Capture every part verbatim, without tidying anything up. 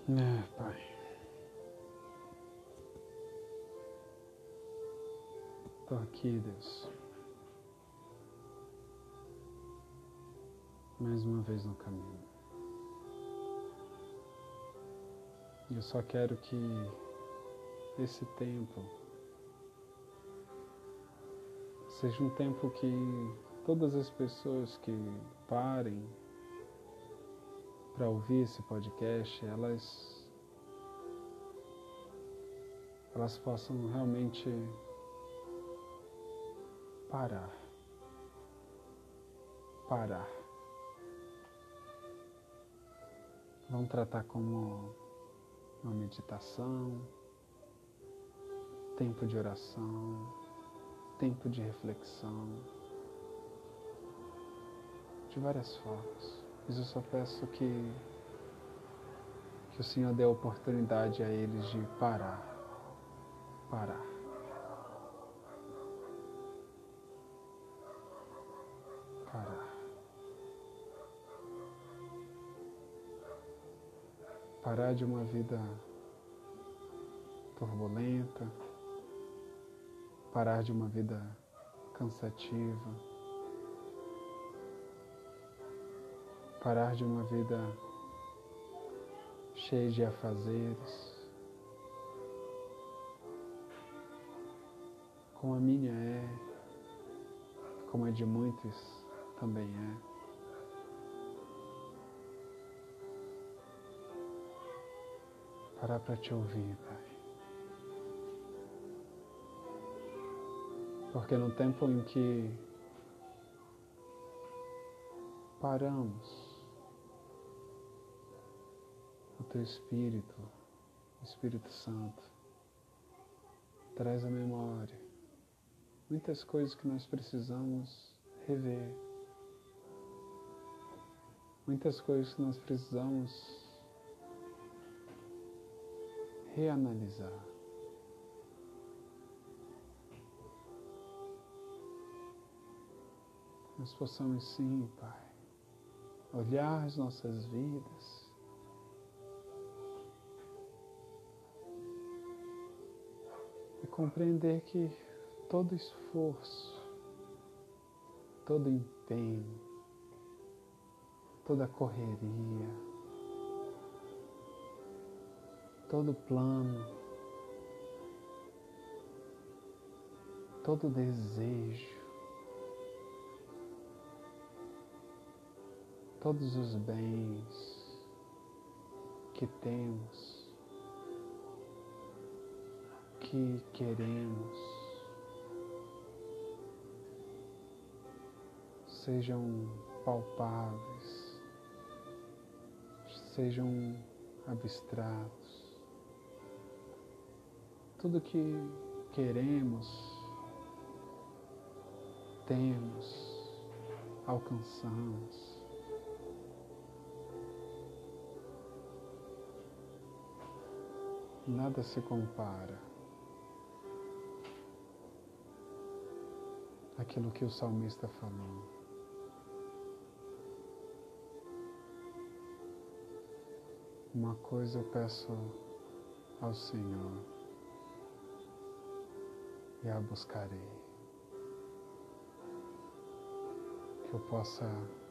É, Pai. Estou aqui, Deus. Mais uma vez no caminho. E eu só quero que esse tempo seja um tempo que todas as pessoas que parem para ouvir esse podcast, elas, elas possam realmente parar. Parar. Vamos tratar como uma meditação, tempo de oração, tempo de reflexão, de várias formas. Mas eu só peço que, que o Senhor dê a oportunidade a eles de parar, parar. Parar. Parar de uma vida turbulenta, parar de uma vida cansativa, parar de uma vida cheia de afazeres, como a minha é, como a de muitos também é. Parar para te ouvir, Pai. Porque no tempo em que paramos, o Teu Espírito, o Espírito Santo, traz à memória muitas coisas que nós precisamos rever, muitas coisas que nós precisamos reanalisar. Nós possamos sim, Pai, olhar as nossas vidas e compreender que todo esforço, todo empenho, toda correria, todo plano, todo desejo, todos os bens que temos, que queremos, sejam palpáveis, sejam abstratos, tudo que queremos, temos, alcançamos, nada se compara àquilo que o salmista falou. Uma coisa eu peço ao Senhor e a buscarei, que eu possa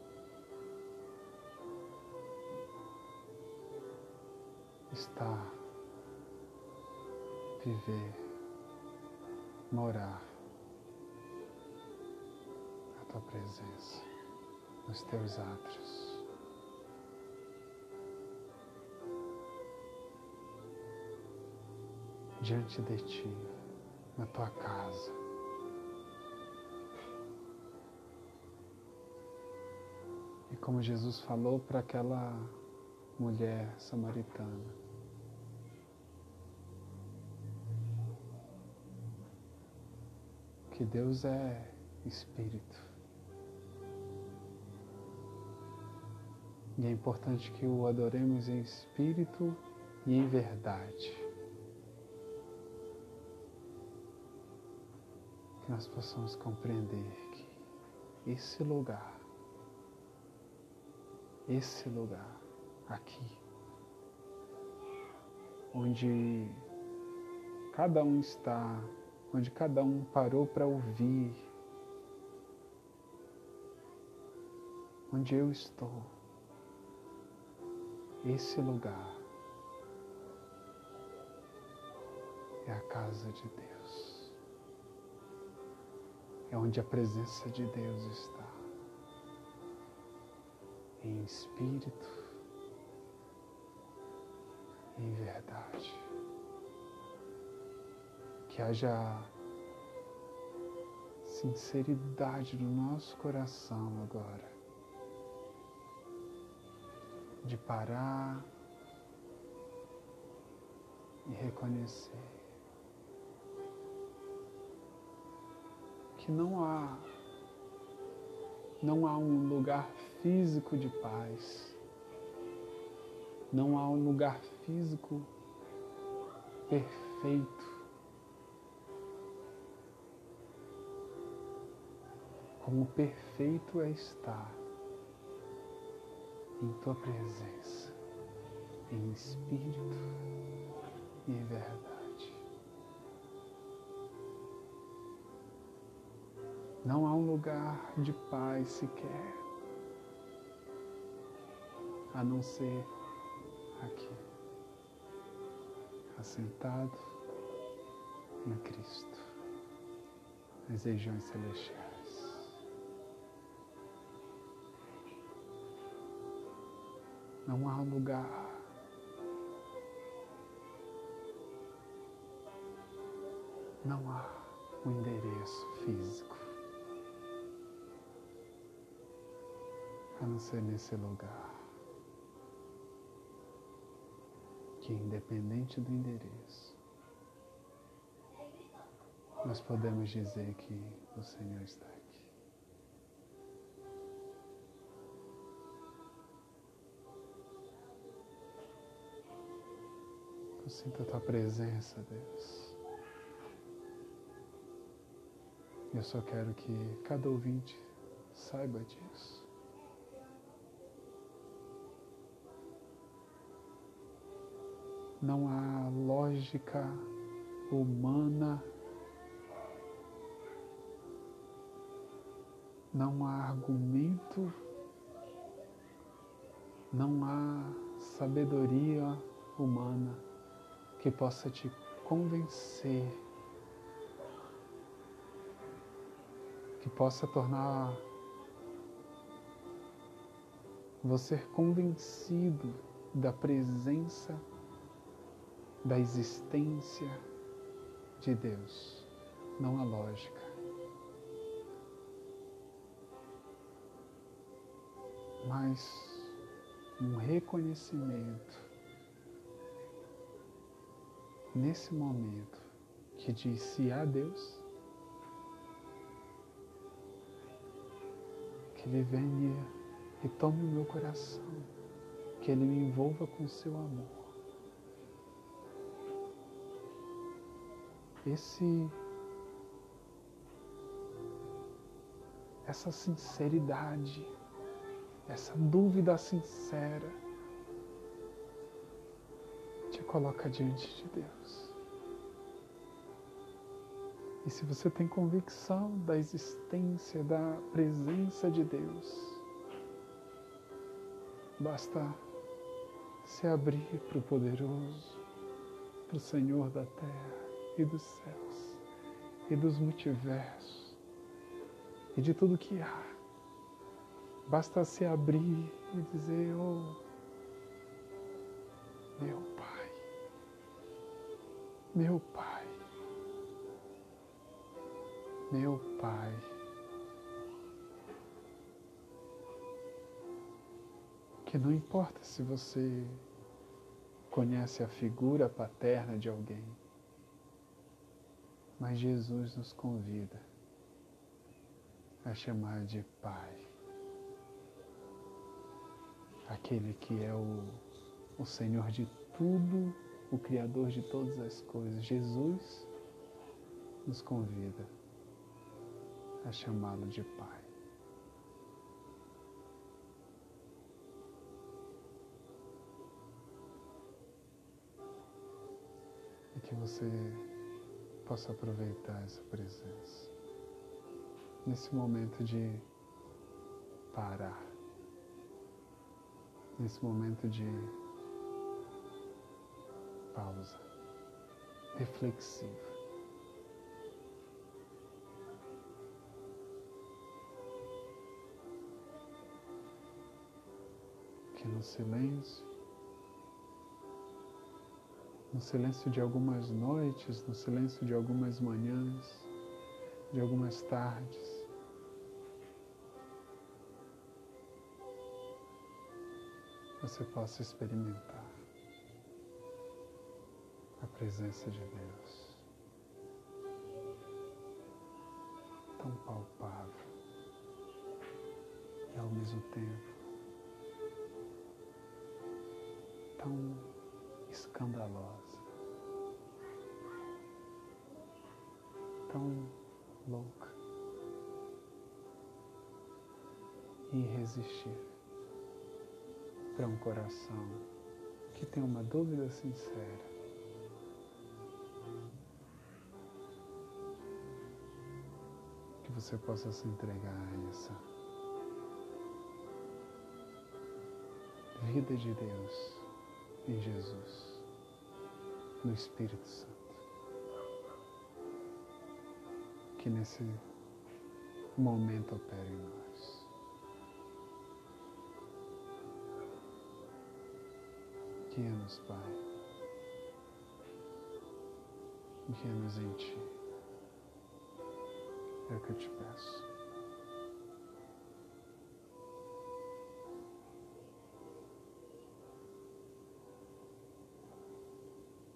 estar, viver, morar na Tua presença, nos Teus átrios. Diante de Ti, na Tua casa. E como Jesus falou para aquela mulher samaritana, que Deus é Espírito. E é importante que o adoremos em espírito e em verdade. Que nós possamos compreender que esse lugar, esse lugar aqui, onde cada um está, onde cada um parou para ouvir, onde eu estou. Esse lugar é a casa de Deus. É onde a presença de Deus está. Em espírito, em verdade. Que haja sinceridade no nosso coração agora, de parar e reconhecer que não há, não há um lugar físico de paz, não há um lugar físico perfeito, como perfeito é estar em tua presença, em espírito e em verdade. Não há um lugar de paz sequer, a não ser aqui, assentado em Cristo, nas regiões celestiais. Não há um lugar não há um endereço físico a não ser nesse lugar, que independente do endereço, nós podemos dizer que o Senhor está aqui. Eu sinto a tua presença, Deus. Eu só quero que cada ouvinte saiba disso. Não há lógica humana, não há argumento, não há sabedoria humana que possa te convencer, que possa tornar você convencido da presença, da existência de Deus. Não há lógica. Mas um reconhecimento nesse momento que diz: se há Deus, que Ele venha e tome o meu coração, que Ele me envolva com o seu amor. Esse, essa sinceridade, essa dúvida sincera te coloca diante de Deus. E se você tem convicção da existência, da presença de Deus, basta se abrir para o poderoso, para o Senhor da terra e dos céus e dos multiversos e de tudo que há. Basta se abrir e dizer: oh, meu Pai, meu Pai, meu Pai. Que não importa se você conhece a figura paterna de alguém, mas Jesus nos convida a chamar de Pai. Aquele que é o, o Senhor de tudo, o Criador de todas as coisas. Jesus nos convida a chamá-lo de Pai. que você possa aproveitar essa presença nesse momento de parar, nesse momento de pausa reflexiva. Que no silêncio, no silêncio de algumas noites, no silêncio de algumas manhãs, de algumas tardes, você possa experimentar a presença de Deus, tão palpável e ao mesmo tempo tão escandalosa, tão louca e irresistível para um coração que tem uma dúvida sincera. Que você possa se entregar a essa vida de Deus em Jesus, no Espírito Santo, que nesse momento opera em nós. Guia-nos, Pai, guia-nos em Ti, é o que eu te peço.